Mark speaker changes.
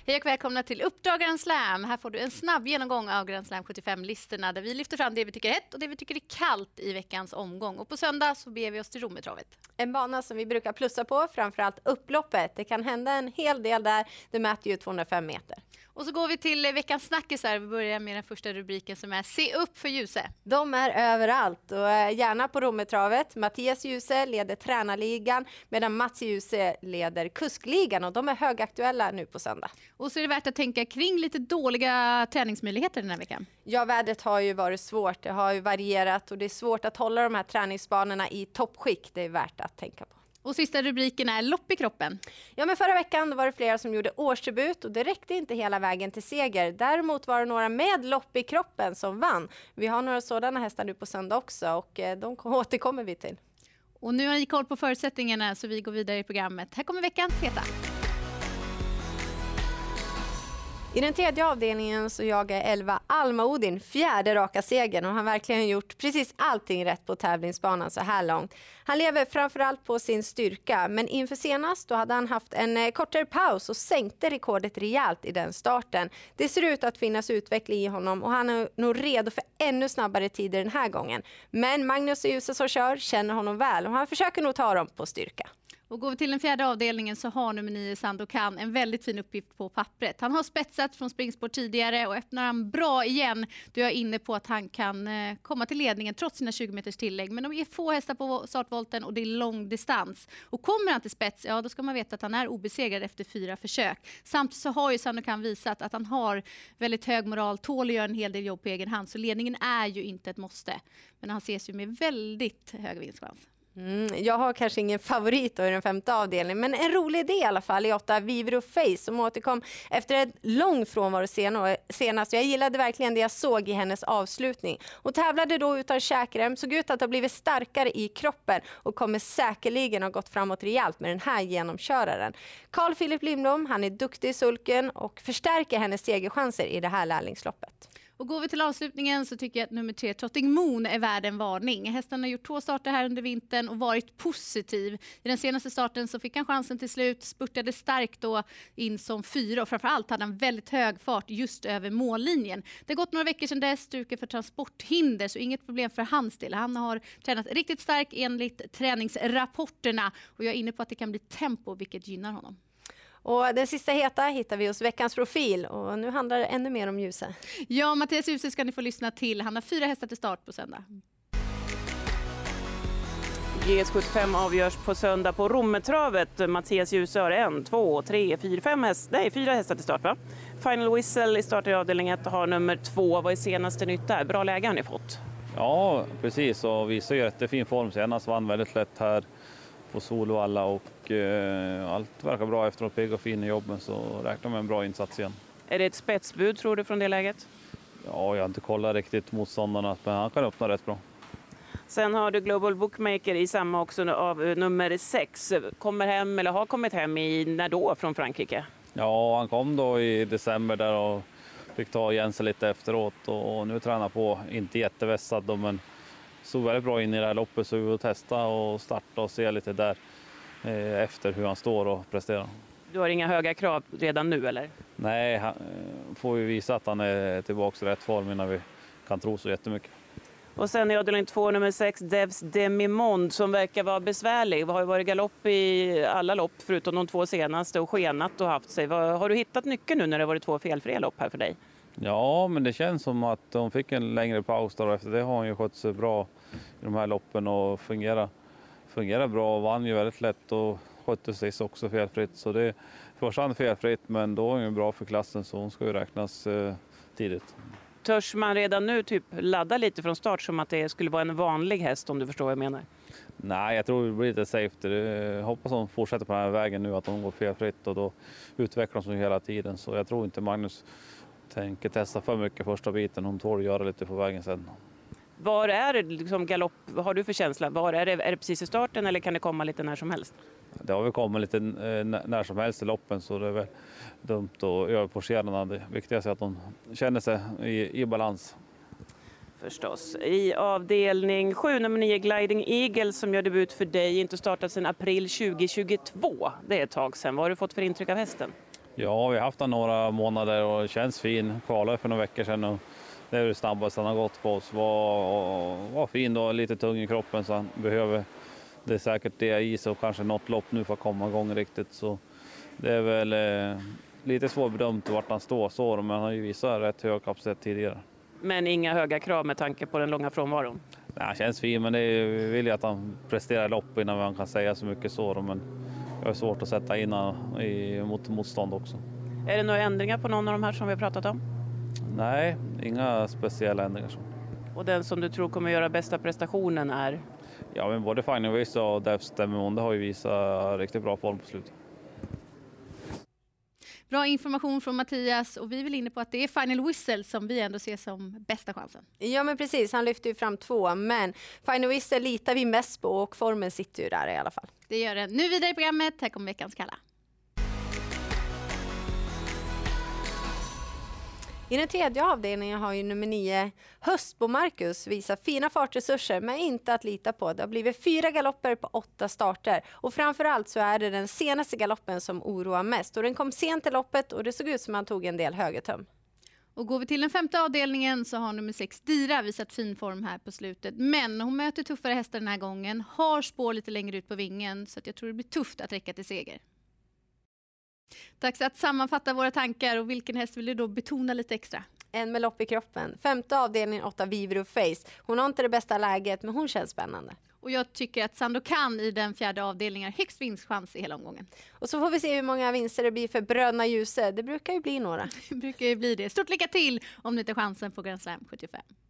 Speaker 1: Hej och välkomna till Uppdrag Grand Slam. Här får du en snabb genomgång av Grand Slam 75-listorna där vi lyfter fram det vi tycker är hett och det vi tycker är kallt i veckans omgång. Och på söndag så beger vi oss till Rommetravet.
Speaker 2: En bana som vi brukar plussa på, framförallt upploppet. Det kan hända en hel del där. Det mäter ju 205 meter.
Speaker 1: Och så går vi till veckans snackisar. Vi börjar med den första rubriken som är Se upp för Djuse.
Speaker 2: De är överallt och gärna på Rommetravet. Mattias Djuse leder tränarligan medan Mats Djuse leder kuskligan och de är högaktuella nu på söndag.
Speaker 1: Och så är det värt att tänka kring lite dåliga träningsmöjligheter den här veckan.
Speaker 2: Ja, vädret har ju varit svårt. Det har ju varierat och det är svårt att hålla de här träningsbanorna i toppskick. Det är värt att tänka på.
Speaker 1: Och sista rubriken är lopp i kroppen.
Speaker 2: Ja, men förra veckan var det flera som gjorde årsdebut och det räckte inte hela vägen till seger. Däremot var det några med lopp i kroppen som vann. Vi har några sådana hästar nu på söndag också och de återkommer vi till.
Speaker 1: Och nu har ni koll på förutsättningarna så vi går vidare i programmet. Här kommer veckans heta.
Speaker 2: I den tredje avdelningen så jagar 11 Alma-Odin fjärde raka segern och han har verkligen gjort precis allting rätt på tävlingsbanan så här långt. Han lever framförallt på sin styrka, men inför senast då hade han haft en kortare paus och sänkte rekordet rejält i den starten. Det ser ut att finnas utveckling i honom och han är nog redo för ännu snabbare tider den här gången. Men Magnus Djuse som kör känner honom väl och han försöker nog ta dem på styrka.
Speaker 1: Och går vi till den fjärde avdelningen så har nummer 9 Sandokan en väldigt fin uppgift på pappret. Han har spetsat från springspår tidigare och öppnar han bra igen då är jag inne på att han kan komma till ledningen trots sina 20 meters tillägg. Men de är få hästar på startvolten och det är lång distans. Och kommer han till spets, ja då ska man veta att han är obesegrad efter 4 försök. Samtidigt så har ju Sandokan visat att han har väldigt hög moral, tål att göra en hel del jobb på egen hand. Så ledningen är ju inte ett måste. Men han ses ju med väldigt hög vinstchans.
Speaker 2: Jag har kanske ingen favorit då i den femte avdelningen, men en rolig idé i alla fall i 8 Vivro Face som återkom efter en lång frånvaro senast. Jag gillade verkligen det jag såg i hennes avslutning. Hon tävlade då utan käkrem, såg ut att ha blivit starkare i kroppen och kommer säkerligen ha gått framåt rejält med den här genomköraren. Carl Philip Lindblom, han är duktig i sulken och förstärker hennes segerchanser i det här lärlingsloppet.
Speaker 1: Och går vi till avslutningen så tycker jag att nummer 3 Trotting Moon är värd en varning. Hästen har gjort 2 starter här under vintern och varit positiv. I den senaste starten så fick han chansen till slut, spurtade starkt då in som 4 och framförallt hade han väldigt hög fart just över mållinjen. Det har gått några veckor sedan dess, stuker för transporthinder så inget problem för hans del. Han har tränat riktigt starkt enligt träningsrapporterna och jag är inne på att det kan bli tempo vilket gynnar honom.
Speaker 2: Och den sista heta hittar vi hos veckans profil och nu handlar det ännu mer om Djuse.
Speaker 1: Ja, Mattias Djuse ska ni få lyssna till. Han har 4 hästar till start på söndag.
Speaker 3: GS75 avgörs på söndag på Rommetravet. Mattias Djuse har 1, 2, 3, 4, 4 hästar till start va? Final Whistle i start i avdelning 1 har nummer 2. Vad är senaste nytt där? Bra läge har ni fått.
Speaker 4: Ja, precis. Och visar ju jättefin form. Senast vann väldigt lätt här på Solvalla och allt verkar bra efter att pigg och fin i jobben så räknar med en bra insats igen.
Speaker 3: Är det ett spetsbud tror du från det läget?
Speaker 4: Ja, jag har inte kollat riktigt motståndarna men han kan öppna rätt bra.
Speaker 3: Sen har du Global Bookmaker i samma också av nummer 6. Kommer hem eller har kommit hem i när då från Frankrike?
Speaker 4: Ja, han kom då i december där och fick ta igen sig lite efteråt och nu tränar på, inte jättevässad då, men såg väldigt bra in i det här loppet så vi vill testa och starta och se lite där efter hur han står och presterar.
Speaker 3: Du har inga höga krav redan nu eller?
Speaker 4: Nej, han får ju visa att han är tillbaka i rätt form innan vi kan tro så jättemycket.
Speaker 3: Och sen är avdelning 2 nummer 6 Devs Demimond som verkar vara besvärlig. Vi har ju varit galopp i alla lopp förutom de 2 senaste och skenat och haft sig. Har du hittat nyckeln nu när det varit 2 felfria lopp här för dig?
Speaker 4: Ja, men det känns som att de fick en längre paus där och efter det har han ju skött sig bra i de här loppen och fungerar bra och vann ju väldigt lätt och skötte sig också felfritt. Så det är först hand felfritt men då är hon ju bra för klassen så hon ska ju räknas tidigt.
Speaker 3: Törs man redan nu typ ladda lite från start som att det skulle vara en vanlig häst om du förstår vad jag menar?
Speaker 4: Nej, jag tror det blir lite safe. Jag hoppas hon fortsätter på den här vägen nu att hon går felfritt och då utvecklas hon hela tiden. Så jag tror inte Magnus tänker testa för mycket första biten. Hon tål att göra lite på vägen sen.
Speaker 3: Var är det liksom galopp? Vad har du för känsla? Är det precis i starten eller kan det komma lite när som helst?
Speaker 4: Det har väl kommit lite när som helst i loppen så det är väl dumt att överforcera den. Det viktigaste är att de känner sig i balans.
Speaker 3: Förstås. I avdelning 7 nummer 9 Gliding Eagle som gör debut för dig. Inte startat sedan april 2022. Det är ett tag sedan. Vad har du fått för intryck av hästen?
Speaker 4: Ja, vi har haft den några månader och det känns fin. Kvalade för några veckor sedan och det är det snabbaste han har gått på oss. Var fin då, lite tung i kroppen så han behöver det är säkert det i sig och kanske något lopp nu för att komma igång riktigt. Så det är väl lite svårbedömt vart han står men han har ju visat rätt hög kapacitet tidigare.
Speaker 3: Men inga höga krav med tanke på den långa frånvaron?
Speaker 4: Nej, han känns fin men vi vill ju att han presterar lopp innan man kan säga så mycket så. Men det är svårt att sätta in mot motstånd också.
Speaker 3: Är det några ändringar på någon av de här som vi har pratat om?
Speaker 4: Nej, inga speciella ändringar.
Speaker 3: Och den som du tror kommer göra bästa prestationen är?
Speaker 4: Ja, men både Final Whistle och Devs Demonde har ju visat riktigt bra form på slutet.
Speaker 1: Bra information från Mattias och vi vill inne på att det är Final Whistle som vi ändå ser som bästa chansen.
Speaker 2: Ja men precis, han lyfter ju fram 2 men Final Whistle litar vi mest på och formen sitter ju där i alla fall.
Speaker 1: Det gör den. Nu vidare i programmet, här kommer veckans kalla.
Speaker 2: I den tredje avdelningen har ju nummer 9 Höstbo Marcus visat fina fartresurser men inte att lita på. Det har blivit 4 galopper på 8 starter och framförallt så är det den senaste galoppen som oroar mest och den kom sent i loppet och det såg ut som att han tog en del högertöm.
Speaker 1: Och går vi till den femte avdelningen så har nummer 6 Dira visat fin form här på slutet. Men hon möter tuffare hästar den här gången, har spår lite längre ut på vingen så att jag tror det blir tufft att räcka till seger. Dags att sammanfatta våra tankar och vilken häst vill du då betona lite extra?
Speaker 2: En med lopp i kroppen. Femte avdelningen 8 Vivro Face. Hon har inte det bästa läget men hon känns spännande.
Speaker 1: Och jag tycker att Sandokan i den fjärde avdelningen har högst vinstchans i hela omgången.
Speaker 2: Och så får vi se hur många vinster det blir för Bröderna Ljuse. Det brukar ju bli några.
Speaker 1: Det brukar ju bli det. Stort lycka till om ni tar chansen på Grand Slam 75.